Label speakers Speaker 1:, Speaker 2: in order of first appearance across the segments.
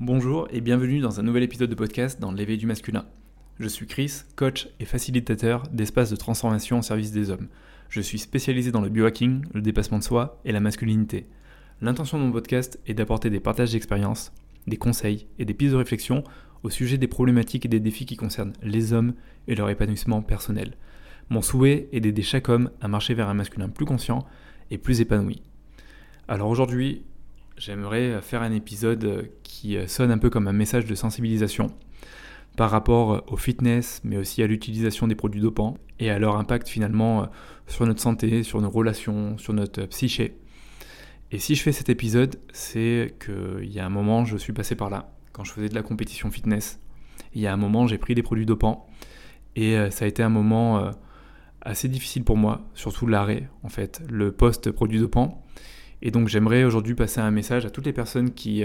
Speaker 1: Bonjour et bienvenue dans un nouvel épisode de podcast dans l'éveil du masculin. Je suis Chris, coach et facilitateur d'espaces de transformation au service des hommes. Je suis spécialisé dans le biohacking, le dépassement de soi et la masculinité. L'intention de mon podcast est d'apporter des partages d'expériences, des conseils et des pistes de réflexion au sujet des problématiques et des défis qui concernent les hommes et leur épanouissement personnel. Mon souhait est d'aider chaque homme à marcher vers un masculin plus conscient et plus épanoui. Alors aujourd'hui, j'aimerais faire un épisode qui sonne un peu comme un message de sensibilisation par rapport au fitness, mais aussi à l'utilisation des produits dopants et à leur impact finalement sur notre santé, sur nos relations, sur notre psyché. Et si je fais cet épisode, c'est qu'il y a un moment, je suis passé par là, quand je faisais de la compétition fitness. Il y a un moment, j'ai pris des produits dopants et ça a été un moment assez difficile pour moi, surtout l'arrêt, en fait, le post-produit dopant. Et donc j'aimerais aujourd'hui passer un message à toutes les personnes qui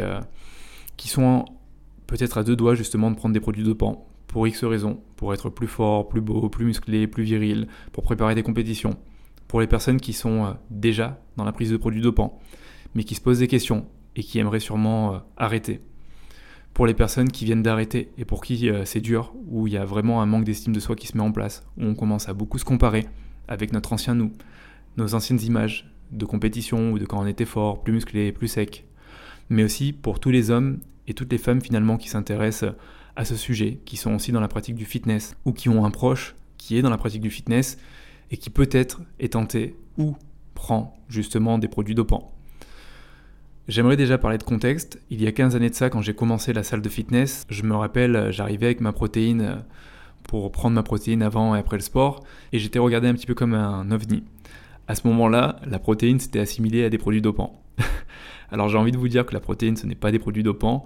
Speaker 1: sont peut-être à deux doigts justement de prendre des produits dopants pour X raisons, pour être plus fort, plus beau, plus musclé, plus viril, pour préparer des compétitions. Pour les personnes qui sont déjà dans la prise de produits dopants, mais qui se posent des questions et qui aimeraient sûrement arrêter. Pour les personnes qui viennent d'arrêter et pour qui c'est dur, où il y a vraiment un manque d'estime de soi qui se met en place, où on commence à beaucoup se comparer avec notre ancien nous, nos anciennes images de compétition ou de quand on était fort, plus musclé, plus sec. Mais aussi pour tous les hommes et toutes les femmes finalement qui s'intéressent à ce sujet, qui sont aussi dans la pratique du fitness ou qui ont un proche qui est dans la pratique du fitness et qui peut-être est tenté ou prend justement des produits dopants. J'aimerais déjà parler de contexte. Il y a 15 années de ça, quand j'ai commencé la salle de fitness, je me rappelle, j'arrivais avec ma protéine pour prendre ma protéine avant et après le sport et j'étais regardé un petit peu comme un ovni. À ce moment-là, la protéine s'était assimilée à des produits dopants. Alors j'ai envie de vous dire que la protéine, ce n'est pas des produits dopants,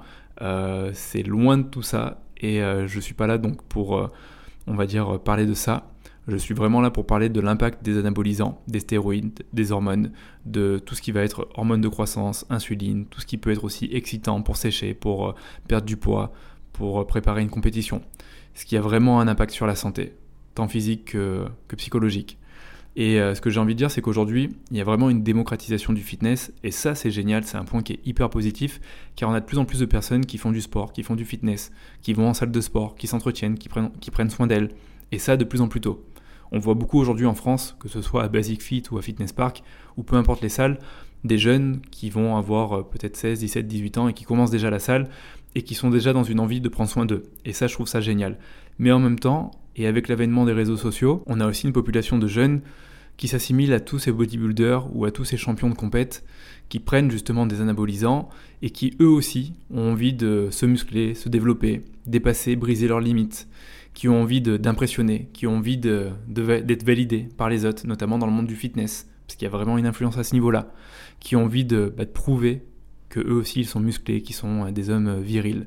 Speaker 1: c'est loin de tout ça, et je ne suis pas là donc pour, on va dire, parler de ça. Je suis vraiment là pour parler de l'impact des anabolisants, des stéroïdes, des hormones, de tout ce qui va être hormones de croissance, insuline, tout ce qui peut être aussi excitant pour sécher, pour perdre du poids, pour préparer une compétition. Ce qui a vraiment un impact sur la santé, tant physique que psychologique. Et ce que j'ai envie de dire, c'est qu'aujourd'hui, il y a vraiment une démocratisation du fitness, et ça c'est génial, c'est un point qui est hyper positif, car on a de plus en plus de personnes qui font du sport, qui font du fitness, qui vont en salle de sport, qui s'entretiennent, qui prennent soin d'elles, et ça de plus en plus tôt. On voit beaucoup aujourd'hui en France, que ce soit à Basic Fit ou à Fitness Park, ou peu importe les salles, des jeunes qui vont avoir peut-être 16, 17, 18 ans et qui commencent déjà la salle, et qui sont déjà dans une envie de prendre soin d'eux. Et ça, je trouve ça génial. Mais en même temps, et avec l'avènement des réseaux sociaux, on a aussi une population de jeunes qui s'assimilent à tous ces bodybuilders ou à tous ces champions de compète qui prennent justement des anabolisants et qui eux aussi ont envie de se muscler, se développer, dépasser, briser leurs limites, qui ont envie d'impressionner, qui ont envie d'être validés par les autres, notamment dans le monde du fitness, parce qu'il y a vraiment une influence à ce niveau-là, qui ont envie de prouver que eux aussi ils sont musclés, qu'ils sont des hommes virils.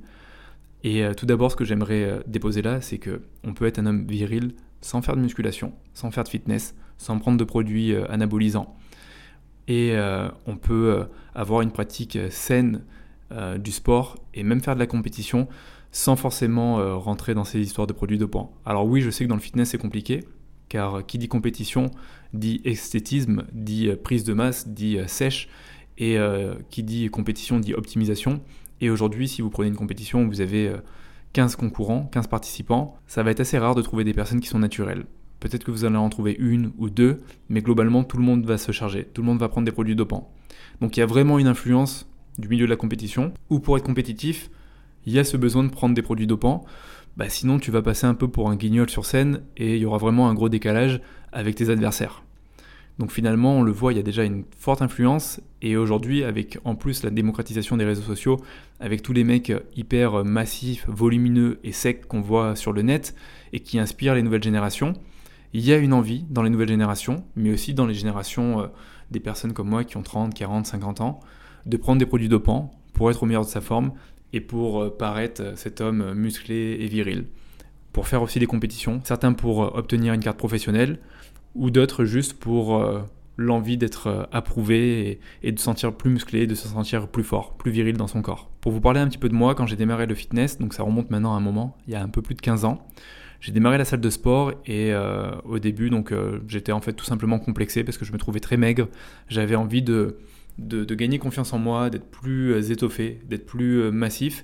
Speaker 1: Et tout d'abord, ce que j'aimerais déposer là, c'est qu'on peut être un homme viril sans faire de musculation, sans faire de fitness, sans prendre de produits anabolisants. Et on peut avoir une pratique saine du sport et même faire de la compétition sans forcément rentrer dans ces histoires de produits dopants. Alors oui, je sais que dans le fitness c'est compliqué, car qui dit compétition dit esthétisme, dit prise de masse, dit sèche, et qui dit compétition dit optimisation. Et aujourd'hui, si vous prenez une compétition où vous avez 15 concurrents, 15 participants, ça va être assez rare de trouver des personnes qui sont naturelles. Peut-être que vous allez en trouver une ou deux, mais globalement, tout le monde va se charger, tout le monde va prendre des produits dopants. Donc il y a vraiment une influence du milieu de la compétition, où pour être compétitif, il y a ce besoin de prendre des produits dopants, sinon tu vas passer un peu pour un guignol sur scène, et il y aura vraiment un gros décalage avec tes adversaires. Donc finalement, on le voit, il y a déjà une forte influence, et aujourd'hui, avec en plus la démocratisation des réseaux sociaux, avec tous les mecs hyper massifs, volumineux et secs qu'on voit sur le net, et qui inspirent les nouvelles générations, il y a une envie dans les nouvelles générations, mais aussi dans les générations des personnes comme moi qui ont 30, 40, 50 ans, de prendre des produits dopants pour être au meilleur de sa forme, et pour paraître cet homme musclé et viril. Pour faire aussi des compétitions, certains pour obtenir une carte professionnelle, ou d'autres juste pour l'envie d'être approuvé et de se sentir plus musclé, de se sentir plus fort, plus viril dans son corps. Pour vous parler un petit peu de moi, quand j'ai démarré le fitness, donc ça remonte maintenant à un moment, il y a un peu plus de 15 ans, j'ai démarré la salle de sport et au début j'étais en fait tout simplement complexé parce que je me trouvais très maigre, j'avais envie de gagner confiance en moi, d'être plus étoffé, d'être plus massif.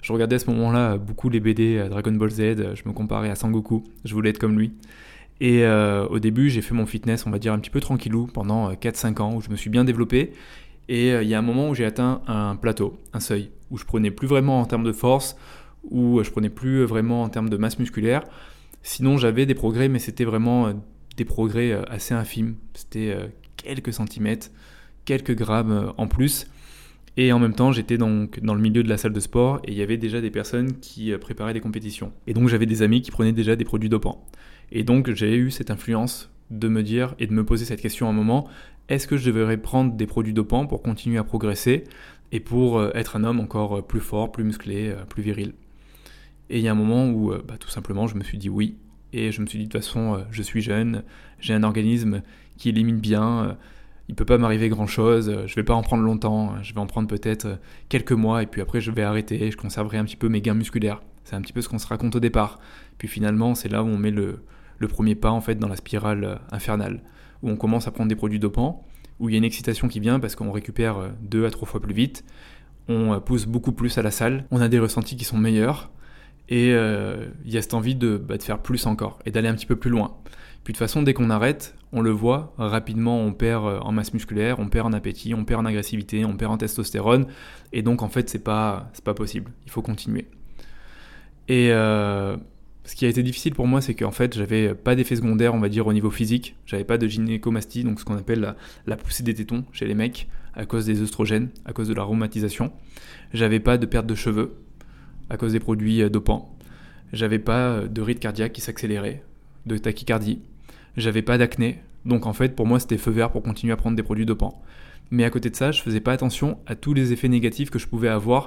Speaker 1: Je regardais à ce moment-là beaucoup les BD Dragon Ball Z, je me comparais à Sangoku, je voulais être comme lui. Et au début, j'ai fait mon fitness, on va dire un petit peu tranquillou, pendant 4-5 ans, où je me suis bien développé. Et il y a un moment où j'ai atteint un plateau, un seuil, où je prenais plus vraiment en termes de force, où je prenais plus vraiment en termes de masse musculaire. Sinon, j'avais des progrès, mais c'était vraiment des progrès assez infimes. C'était quelques centimètres, quelques grammes en plus. Et en même temps, j'étais donc dans le milieu de la salle de sport et il y avait déjà des personnes qui préparaient des compétitions. Et donc, j'avais des amis qui prenaient déjà des produits dopants. Et donc, j'ai eu cette influence de me dire et de me poser cette question à un moment, est-ce que je devrais prendre des produits dopants pour continuer à progresser et pour être un homme encore plus fort, plus musclé, plus viril? Et il y a un moment où tout simplement je me suis dit oui. Et je me suis dit de toute façon, je suis jeune, j'ai un organisme qui élimine bien, il ne peut pas m'arriver grand chose, je ne vais pas en prendre longtemps, je vais en prendre peut-être quelques mois et puis après je vais arrêter, je conserverai un petit peu mes gains musculaires. C'est un petit peu ce qu'on se raconte au départ. Puis finalement, c'est là où on met le premier pas en fait dans la spirale infernale, où on commence à prendre des produits dopants, où il y a une excitation qui vient parce qu'on récupère 2 à 3 fois plus vite, on pousse beaucoup plus à la salle, on a des ressentis qui sont meilleurs, et il y a cette envie de faire plus encore, et d'aller un petit peu plus loin. Puis de toute façon, dès qu'on arrête, on le voit, rapidement on perd en masse musculaire, on perd en appétit, on perd en agressivité, on perd en testostérone, et donc en fait c'est pas possible, il faut continuer. Et ce qui a été difficile pour moi, c'est qu'en fait, j'avais pas d'effet secondaire, on va dire, au niveau physique. J'avais pas de gynécomastie, donc ce qu'on appelle la poussée des tétons chez les mecs, à cause des œstrogènes, à cause de la rhumatisation. J'avais pas de perte de cheveux, à cause des produits dopants. J'avais pas de rythme cardiaque qui s'accélérait, de tachycardie. J'avais pas d'acné, donc en fait, pour moi, c'était feu vert pour continuer à prendre des produits dopants. Mais à côté de ça, je faisais pas attention à tous les effets négatifs que je pouvais avoir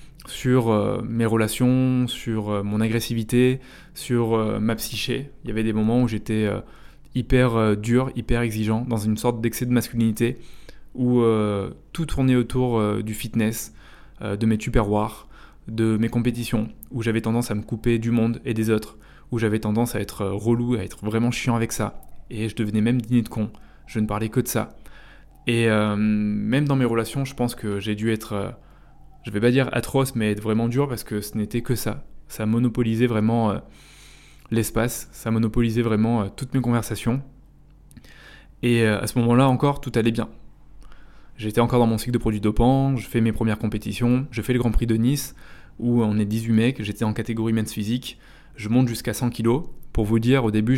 Speaker 1: sur mes relations, sur mon agressivité, sur ma psyché. Il y avait des moments où j'étais hyper dur, hyper exigeant, dans une sorte d'excès de masculinité, où tout tournait autour du fitness, de mes tupperwares, de mes compétitions, où j'avais tendance à me couper du monde et des autres, où j'avais tendance à être relou, à être vraiment chiant avec ça. Et je devenais même dîner de con. Je ne parlais que de ça. Et même dans mes relations, je pense que j'ai dû être... je vais pas dire atroce, mais être vraiment dur parce que ce n'était que ça. Ça monopolisait vraiment l'espace, ça monopolisait vraiment toutes mes conversations. Et à ce moment-là encore, tout allait bien. J'étais encore dans mon cycle de produits dopants, je fais mes premières compétitions, je fais le Grand Prix de Nice, où on est 18 mecs, j'étais en catégorie men's physique, je monte jusqu'à 100 kg. Pour vous dire, au début,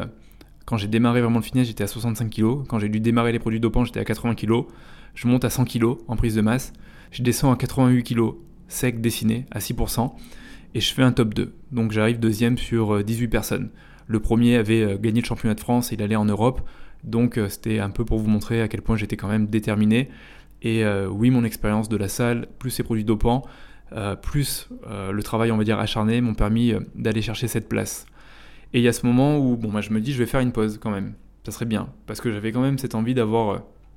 Speaker 1: quand j'ai démarré vraiment le fitness, j'étais à 65 kg. Quand j'ai dû démarrer les produits dopants, j'étais à 80 kg. Je monte à 100 kg en prise de masse. Je descends à 88 kg, sec, dessiné, à 6%, et je fais un top 2. Donc j'arrive deuxième sur 18 personnes. Le premier avait gagné le championnat de France, et il allait en Europe, donc c'était un peu pour vous montrer à quel point j'étais quand même déterminé. Et oui, mon expérience de la salle, plus ces produits dopants, plus le travail, on va dire, acharné, m'ont permis d'aller chercher cette place. Et il y a ce moment où je me dis, je vais faire une pause quand même. Ça serait bien, parce que j'avais quand même cette envie d'avoir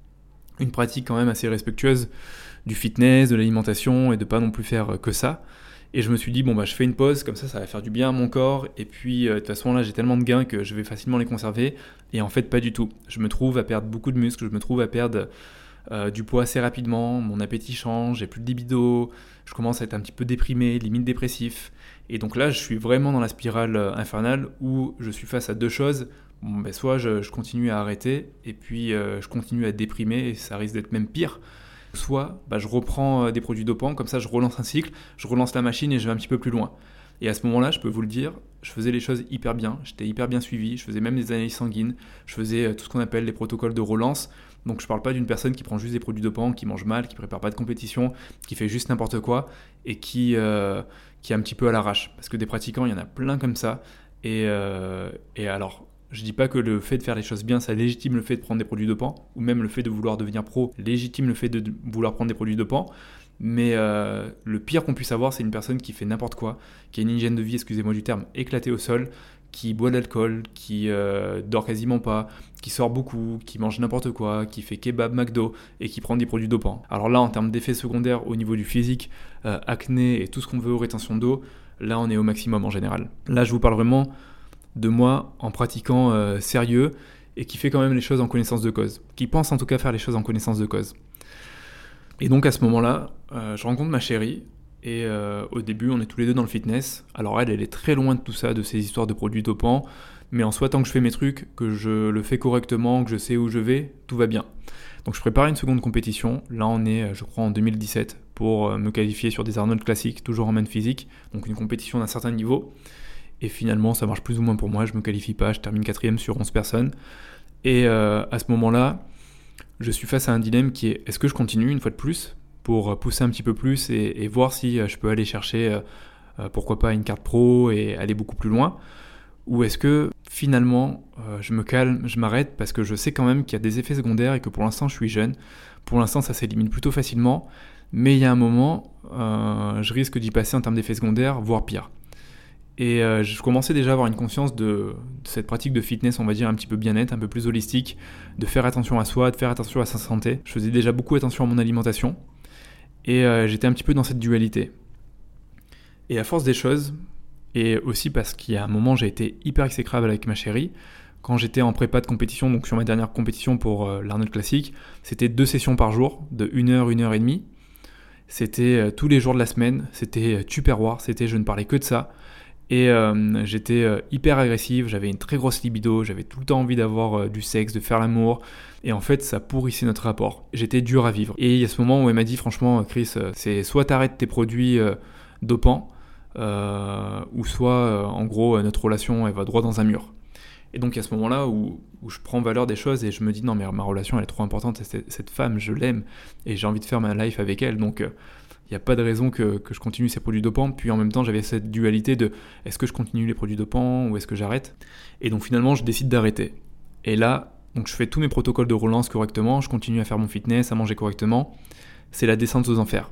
Speaker 1: une pratique quand même assez respectueuse du fitness, de l'alimentation, et de pas non plus faire que ça. Et je me suis dit, je fais une pause, comme ça va faire du bien à mon corps, et puis de toute façon là j'ai tellement de gains que je vais facilement les conserver, et en fait pas du tout. Je me trouve à perdre beaucoup de muscles, je me trouve à perdre du poids assez rapidement, mon appétit change, j'ai plus de libido, je commence à être un petit peu déprimé, limite dépressif, et donc là je suis vraiment dans la spirale infernale où je suis face à deux choses. Soit je continue à arrêter, et puis je continue à être déprimé, et ça risque d'être même pire. Soit je reprends des produits dopants, comme ça je relance un cycle, je relance la machine et je vais un petit peu plus loin. Et à ce moment-là, je peux vous le dire, je faisais les choses hyper bien, j'étais hyper bien suivi, je faisais même des analyses sanguines, je faisais tout ce qu'on appelle les protocoles de relance. Donc je parle pas d'une personne qui prend juste des produits dopants, qui mange mal, qui prépare pas de compétition, qui fait juste n'importe quoi et qui est un petit peu à l'arrache. Parce que des pratiquants, il y en a plein comme ça. Et alors, je dis pas que le fait de faire les choses bien, ça légitime le fait de prendre des produits dopants, ou même le fait de vouloir devenir pro légitime le fait de vouloir prendre des produits dopants, mais le pire qu'on puisse avoir, c'est une personne qui fait n'importe quoi, qui a une hygiène de vie, excusez-moi du terme, éclatée au sol, qui boit de l'alcool, qui dort quasiment pas, qui sort beaucoup, qui mange n'importe quoi, qui fait kebab, McDo, et qui prend des produits dopants. Alors là, en termes d'effets secondaires au niveau du physique, acné et tout ce qu'on veut aux rétentions d'eau, là on est au maximum en général. Là je vous parle vraiment de moi en pratiquant sérieux et qui fait quand même les choses en connaissance de cause, qui pense en tout cas faire les choses en connaissance de cause. Et donc à ce moment-là, je rencontre ma chérie Et au début, on est tous les deux dans le fitness. Alors elle est très loin de tout ça, de ces histoires de produits dopants. Mais en soi, tant que je fais mes trucs, que je le fais correctement, que je sais où je vais, tout va bien. Donc je prépare une seconde compétition. Là, on est, je crois, en 2017 pour me qualifier sur des Arnold classiques, toujours en main physique. Donc une compétition d'un certain niveau. Et finalement, ça marche plus ou moins pour moi. Je me qualifie pas, je termine 4ème sur 11 personnes. Et à ce moment-là, je suis face à un dilemme qui est, est-ce que je continue une fois de plus pour pousser un petit peu plus et voir si je peux aller chercher, pourquoi pas, une carte pro et aller beaucoup plus loin, ou est-ce que finalement je me calme, je m'arrête parce que je sais quand même qu'il y a des effets secondaires et que pour l'instant je suis jeune, pour l'instant ça s'élimine plutôt facilement, mais il y a un moment, je risque d'y passer en termes d'effets secondaires, voire pire. Et je commençais déjà à avoir une conscience de cette pratique de fitness, on va dire, un petit peu bien-être, un peu plus holistique, de faire attention à soi, de faire attention à sa santé. Je faisais déjà beaucoup attention à mon alimentation, et j'étais un petit peu dans cette dualité. Et à force des choses, et aussi parce qu'il y a un moment, j'ai été hyper exécrable avec ma chérie, quand j'étais en prépa de compétition, donc sur ma dernière compétition pour l'Arnold Classic, c'était 2 sessions par jour, de 1 heure, 1 heure et demie. C'était tous les jours de la semaine, c'était Tupperware, c'était je ne parlais que de ça. Et j'étais hyper agressif, j'avais une très grosse libido, j'avais tout le temps envie d'avoir du sexe, de faire l'amour. Et en fait, ça pourrissait notre rapport. J'étais dur à vivre. Et il y a ce moment où elle m'a dit, franchement, Chris, c'est soit t'arrêtes tes produits dopants, ou soit, en gros, notre relation, elle va droit dans un mur. Et donc, il y a ce moment-là où je prends valeur des choses et je me dis, non, mais ma relation, elle est trop importante. Cette femme, je l'aime et j'ai envie de faire ma life avec elle. Donc, il n'y a pas de raison que je continue ces produits dopants. Puis en même temps, j'avais cette dualité de est-ce que je continue les produits dopants ou est-ce que j'arrête ? Et donc finalement, je décide d'arrêter. Et là, donc je fais tous mes protocoles de relance correctement, je continue à faire mon fitness, à manger correctement. C'est la descente aux enfers.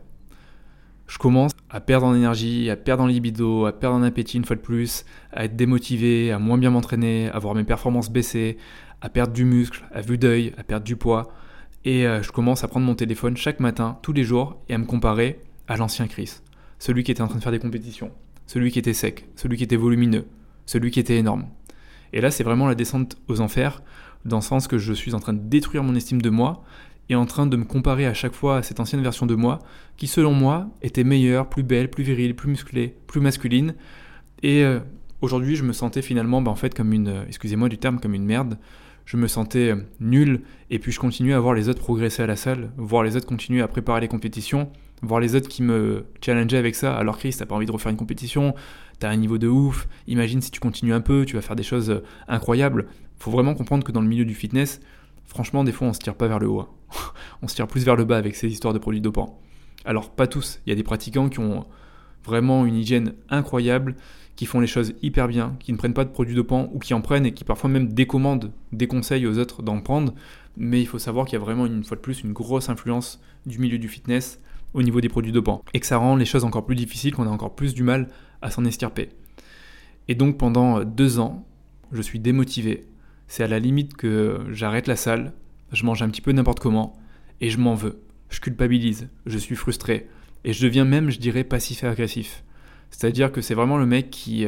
Speaker 1: Je commence à perdre en énergie, à perdre en libido, à perdre en appétit une fois de plus, à être démotivé, à moins bien m'entraîner, à voir mes performances baisser, à perdre du muscle, à vue d'œil, à perdre du poids. Et je commence à prendre mon téléphone chaque matin, tous les jours, et à me comparer à l'ancien Chris. Celui qui était en train de faire des compétitions, celui qui était sec, celui qui était volumineux, celui qui était énorme. Et là, c'est vraiment la descente aux enfers, dans le sens que je suis en train de détruire mon estime de moi, et en train de me comparer à chaque fois à cette ancienne version de moi, qui selon moi était meilleure, plus belle, plus virile, plus musclée, plus masculine. Et aujourd'hui, je me sentais finalement, en fait, comme excusez-moi du terme, comme une merde. Je me sentais nul, et puis je continuais à voir les autres progresser à la salle, voir les autres continuer à préparer les compétitions, voir les autres qui me challengeaient avec ça. Alors Chris, t'as pas envie de refaire une compétition, t'as un niveau de ouf, imagine si tu continues un peu, tu vas faire des choses incroyables. Faut vraiment comprendre que dans le milieu du fitness, franchement, des fois on se tire pas vers le haut, hein. On se tire plus vers le bas avec ces histoires de produits dopants. Alors pas tous, il y a des pratiquants qui ont vraiment une hygiène incroyable, qui font les choses hyper bien, qui ne prennent pas de produits dopants ou qui en prennent et qui parfois même décommandent des conseils aux autres d'en prendre. Mais il faut savoir qu'il y a vraiment une fois de plus une grosse influence du milieu du fitness au niveau des produits dopants et que ça rend les choses encore plus difficiles, qu'on a encore plus du mal à s'en estirper. Et donc pendant 2 ans, je suis démotivé. C'est à la limite que j'arrête la salle, je mange un petit peu n'importe comment et je m'en veux. Je culpabilise, je suis frustré et je deviens même, je dirais, passif et agressif. C'est-à-dire que c'est vraiment le mec qui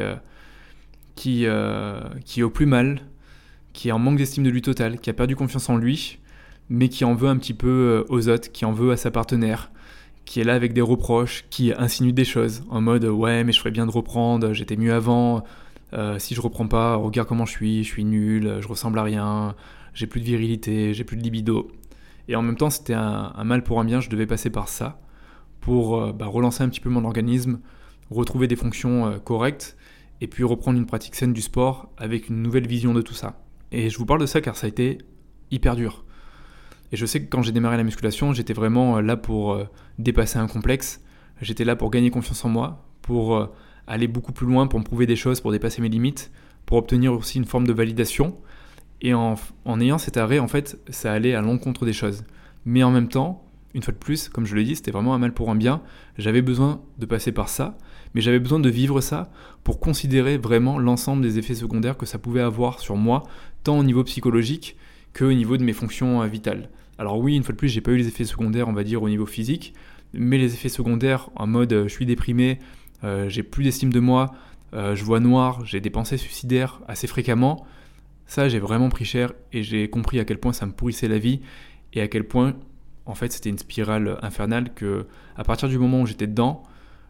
Speaker 1: est au plus mal, qui est en manque d'estime de lui total, qui a perdu confiance en lui, mais qui en veut un petit peu aux autres, qui en veut à sa partenaire, qui est là avec des reproches, qui insinue des choses, en mode « ouais, mais je ferais bien de reprendre, j'étais mieux avant, si je reprends pas, regarde comment je suis nul, je ressemble à rien, j'ai plus de virilité, j'ai plus de libido. » Et en même temps, c'était un mal pour un bien, je devais passer par ça pour relancer un petit peu mon organisme, retrouver des fonctions correctes et puis reprendre une pratique saine du sport avec une nouvelle vision de tout ça. Et je vous parle de ça car ça a été hyper dur. Et je sais que quand j'ai démarré la musculation, j'étais vraiment là pour dépasser un complexe, j'étais là pour gagner confiance en moi, pour aller beaucoup plus loin, pour me prouver des choses, pour dépasser mes limites, pour obtenir aussi une forme de validation. Et en ayant cet arrêt, en fait, ça allait à l'encontre des choses. Mais en même temps, une fois de plus, comme je l'ai dit, c'était vraiment un mal pour un bien. J'avais besoin de passer par ça, mais j'avais besoin de vivre ça pour considérer vraiment l'ensemble des effets secondaires que ça pouvait avoir sur moi, tant au niveau psychologique qu'au niveau de mes fonctions vitales. Alors oui, une fois de plus, j'ai pas eu les effets secondaires, on va dire, au niveau physique, mais les effets secondaires en mode je suis déprimé, j'ai plus d'estime de moi, je vois noir, j'ai des pensées suicidaires assez fréquemment, ça j'ai vraiment pris cher et j'ai compris à quel point ça me pourrissait la vie et à quel point en fait c'était une spirale infernale que à partir du moment où j'étais dedans,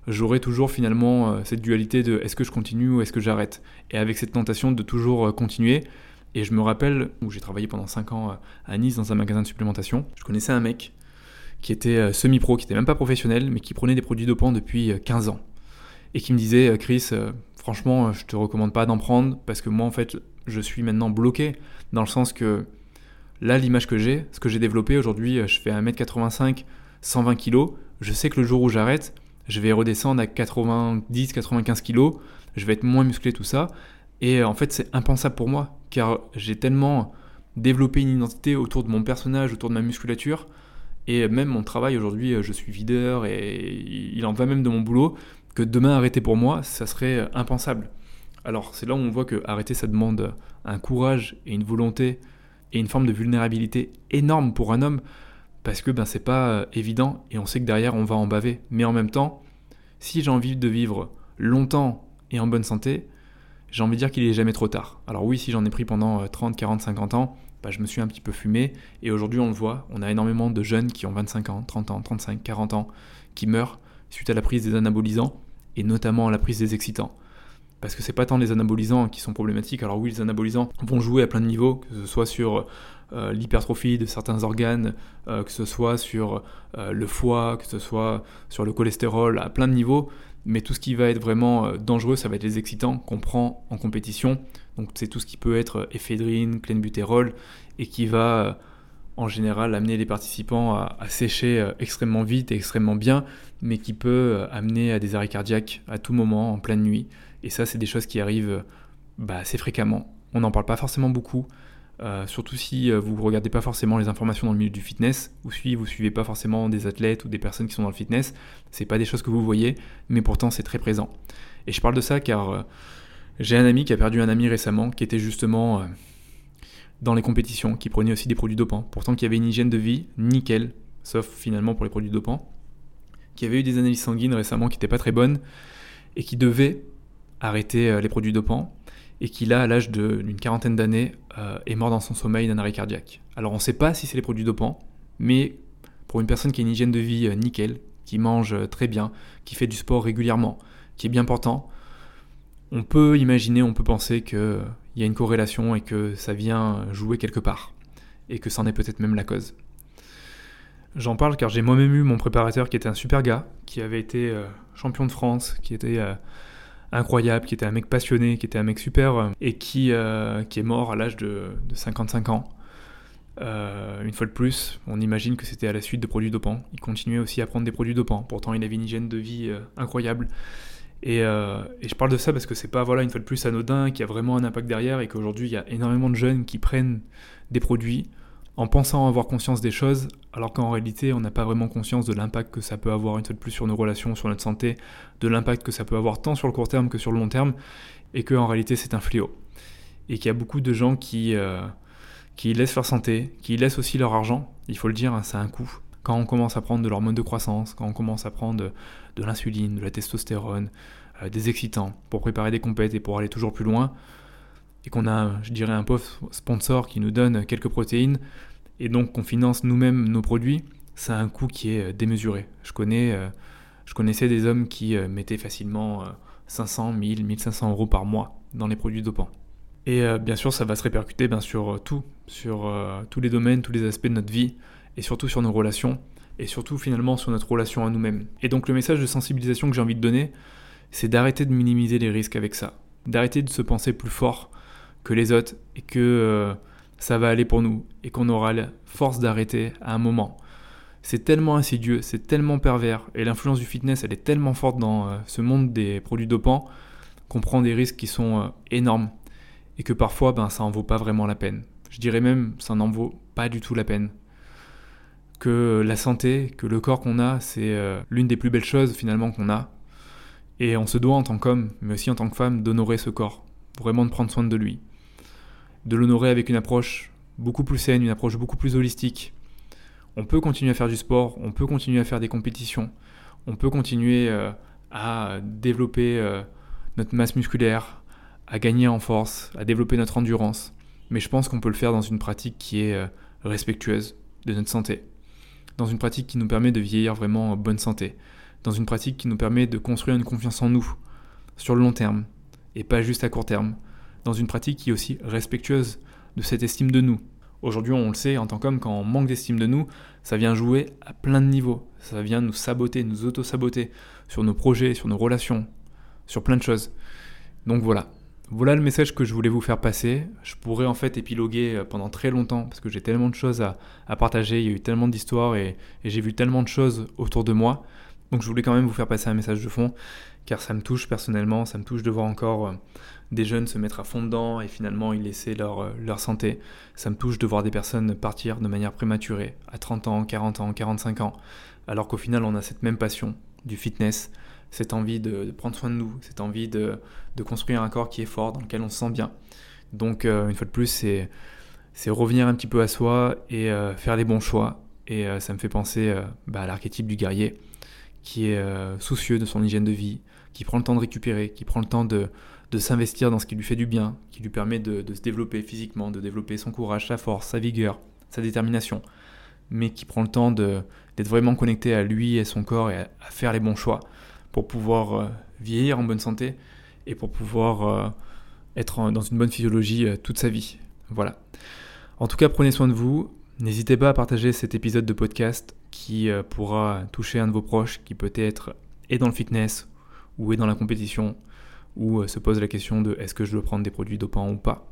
Speaker 1: j'aurai toujours finalement cette dualité de est-ce que je continue ou est-ce que j'arrête. Et avec cette tentation de toujours continuer. Et je me rappelle où j'ai travaillé pendant 5 ans à Nice dans un magasin de supplémentation. Je connaissais un mec qui était semi-pro, qui n'était même pas professionnel, mais qui prenait des produits dopants depuis 15 ans. Et qui me disait, Chris, franchement, je te recommande pas d'en prendre parce que moi, en fait, je suis maintenant bloqué dans le sens que là, l'image que j'ai, ce que j'ai développé aujourd'hui, je fais 1m85, 120 kg. Je sais que le jour où j'arrête, je vais redescendre à 90, 95 kg. Je vais être moins musclé, tout ça. Et en fait, c'est impensable pour moi car j'ai tellement développé une identité autour de mon personnage, autour de ma musculature. Et même mon travail aujourd'hui, je suis videur et il en va même de mon boulot, que demain arrêter pour moi, ça serait impensable. Alors c'est là où on voit que arrêter, ça demande un courage et une volonté et une forme de vulnérabilité énorme pour un homme, parce que c'est pas évident et on sait que derrière on va en baver. Mais en même temps, si j'ai envie de vivre longtemps et en bonne santé, j'ai envie de dire qu'il est jamais trop tard. Alors oui, si j'en ai pris pendant 30, 40, 50 ans, je me suis un petit peu fumé, et aujourd'hui on le voit, on a énormément de jeunes qui ont 25 ans, 30 ans, 35, 40 ans, qui meurent suite à la prise des anabolisants, et notamment à la prise des excitants. Parce que c'est pas tant les anabolisants qui sont problématiques. Alors oui, les anabolisants vont jouer à plein de niveaux, que ce soit sur l'hypertrophie de certains organes, que ce soit sur le foie, que ce soit sur le cholestérol, à plein de niveaux. Mais tout ce qui va être vraiment dangereux, ça va être les excitants qu'on prend en compétition. Donc c'est tout ce qui peut être éphédrine, clenbutérol, et qui va en général amener les participants à sécher extrêmement vite et extrêmement bien, mais qui peut amener à des arrêts cardiaques à tout moment, en pleine nuit. Et ça, c'est des choses qui arrivent assez fréquemment. On n'en parle pas forcément beaucoup, surtout si vous ne regardez pas forcément les informations dans le milieu du fitness, ou si vous ne suivez pas forcément des athlètes ou des personnes qui sont dans le fitness. Ce n'est pas des choses que vous voyez, mais pourtant c'est très présent. Et je parle de ça car j'ai un ami qui a perdu un ami récemment, qui était justement dans les compétitions, qui prenait aussi des produits dopants, pourtant qui avait une hygiène de vie nickel, sauf finalement pour les produits dopants, qui avait eu des analyses sanguines récemment qui n'étaient pas très bonnes, et qui devait arrêter les produits dopants, et qui là, à l'âge d'une quarantaine d'années, est mort dans son sommeil d'un arrêt cardiaque. Alors on ne sait pas si c'est les produits dopants, mais pour une personne qui a une hygiène de vie nickel, qui mange très bien, qui fait du sport régulièrement, qui est bien portant, on peut imaginer, on peut penser qu'il y a une corrélation et que ça vient jouer quelque part, et que c'en est peut-être même la cause. J'en parle car j'ai moi-même eu mon préparateur qui était un super gars, qui avait été champion de France, qui était incroyable, qui était un mec passionné, qui était un mec super, et qui est mort à l'âge de 55 ans. Une fois de plus, on imagine que c'était à la suite de produits dopants. Il continuait aussi à prendre des produits dopants, pourtant il avait une hygiène de vie incroyable. Et je parle de ça parce que c'est pas une fois de plus anodin, qu'il y a vraiment un impact derrière, et qu'aujourd'hui il y a énormément de jeunes qui prennent des produits en pensant avoir conscience des choses, alors qu'en réalité on n'a pas vraiment conscience de l'impact que ça peut avoir une fois de plus sur nos relations, sur notre santé, de l'impact que ça peut avoir tant sur le court terme que sur le long terme, et qu'en réalité c'est un fléau. Et qu'il y a beaucoup de gens qui laissent leur santé, qui laissent aussi leur argent, il faut le dire, ça a un coût. Quand on commence à prendre de l'hormone de croissance, quand on commence à prendre de l'insuline, de la testostérone, des excitants pour préparer des compètes et pour aller toujours plus loin, et qu'on a, je dirais, un pauvre sponsor qui nous donne quelques protéines, et donc qu'on finance nous-mêmes nos produits, ça a un coût qui est démesuré. Je connaissais des hommes qui mettaient facilement 500, 1000, 1500 euros par mois dans les produits dopants. Et bien sûr, ça va se répercuter sur tout, sur tous les domaines, tous les aspects de notre vie, et surtout sur nos relations, et surtout finalement sur notre relation à nous-mêmes. Et donc le message de sensibilisation que j'ai envie de donner, c'est d'arrêter de minimiser les risques avec ça, d'arrêter de se penser plus fort que les autres, et que ça va aller pour nous, et qu'on aura la force d'arrêter à un moment. C'est tellement insidieux, c'est tellement pervers, et l'influence du fitness, elle est tellement forte dans ce monde des produits dopants, qu'on prend des risques qui sont énormes, et que parfois, ça en vaut pas vraiment la peine. Je dirais même, ça n'en vaut pas du tout la peine. Que la santé, que le corps qu'on a, c'est l'une des plus belles choses finalement qu'on a. Et on se doit en tant qu'homme, mais aussi en tant que femme, d'honorer ce corps. Vraiment de prendre soin de lui. De l'honorer avec une approche beaucoup plus saine, une approche beaucoup plus holistique. On peut continuer à faire du sport, on peut continuer à faire des compétitions, on peut continuer à développer notre masse musculaire, à gagner en force, à développer notre endurance. Mais je pense qu'on peut le faire dans une pratique qui est respectueuse de notre santé. Dans une pratique qui nous permet de vieillir vraiment en bonne santé. dans une pratique qui nous permet de construire une confiance en nous, sur le long terme, et pas juste à court terme, dans une pratique qui est aussi respectueuse de cette estime de nous. Aujourd'hui, on le sait, en tant qu'homme, quand on manque d'estime de nous, ça vient jouer à plein de niveaux. Ça vient nous saboter, nous auto-saboter sur nos projets, sur nos relations, sur plein de choses. Donc voilà le message que je voulais vous faire passer. Je pourrais en fait épiloguer pendant très longtemps parce que j'ai tellement de choses à partager, il y a eu tellement d'histoires et j'ai vu tellement de choses autour de moi. Donc je voulais quand même vous faire passer un message de fond car ça me touche personnellement, ça me touche de voir encore des jeunes se mettre à fond dedans et finalement y laisser leur santé. Ça me touche de voir des personnes partir de manière prématurée à 30 ans, 40 ans, 45 ans alors qu'au final on a cette même passion du fitness, cette envie de prendre soin de nous, cette envie de construire un corps qui est fort, dans lequel on se sent bien. Donc une fois de plus, c'est revenir un petit peu à soi et faire les bons choix. Et ça me fait penser à l'archétype du guerrier qui est soucieux de son hygiène de vie, qui prend le temps de récupérer, qui prend le temps de s'investir dans ce qui lui fait du bien, qui lui permet de se développer physiquement, de développer son courage, sa force, sa vigueur, sa détermination, mais qui prend le temps d'être vraiment connecté à lui et son corps et à faire les bons choix pour pouvoir vieillir en bonne santé et pour pouvoir être dans une bonne physiologie toute sa vie. Voilà. En tout cas, prenez soin de vous. N'hésitez pas à partager cet épisode de podcast qui pourra toucher un de vos proches qui peut-être est dans le fitness ou est dans la compétition ou se pose la question de est-ce que je dois prendre des produits dopants ou pas.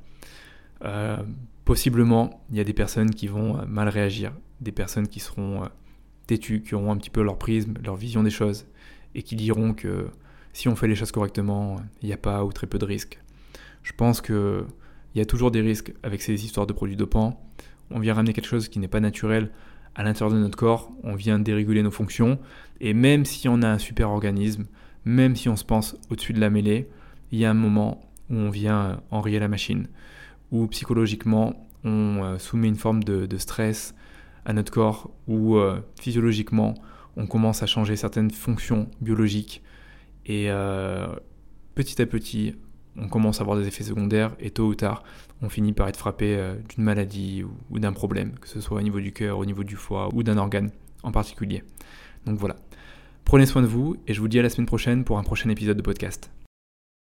Speaker 1: Possiblement, il y a des personnes qui vont mal réagir, des personnes qui seront têtues, qui auront un petit peu leur prisme, leur vision des choses et qui diront que si on fait les choses correctement, il n'y a pas ou très peu de risques. Je pense qu'il y a toujours des risques avec ces histoires de produits dopants. On vient ramener quelque chose qui n'est pas naturel à l'intérieur de notre corps, on vient déréguler nos fonctions, et même si on a un super organisme, même si on se pense au-dessus de la mêlée, il y a un moment où on vient enrayer la machine, où psychologiquement on soumet une forme de stress à notre corps, où physiologiquement on commence à changer certaines fonctions biologiques et petit à petit on commence à avoir des effets secondaires et tôt ou tard on finit par être frappé d'une maladie ou d'un problème, que ce soit au niveau du cœur, au niveau du foie ou d'un organe en particulier. Donc voilà, prenez soin de vous et je vous dis à la semaine prochaine pour un prochain épisode de podcast.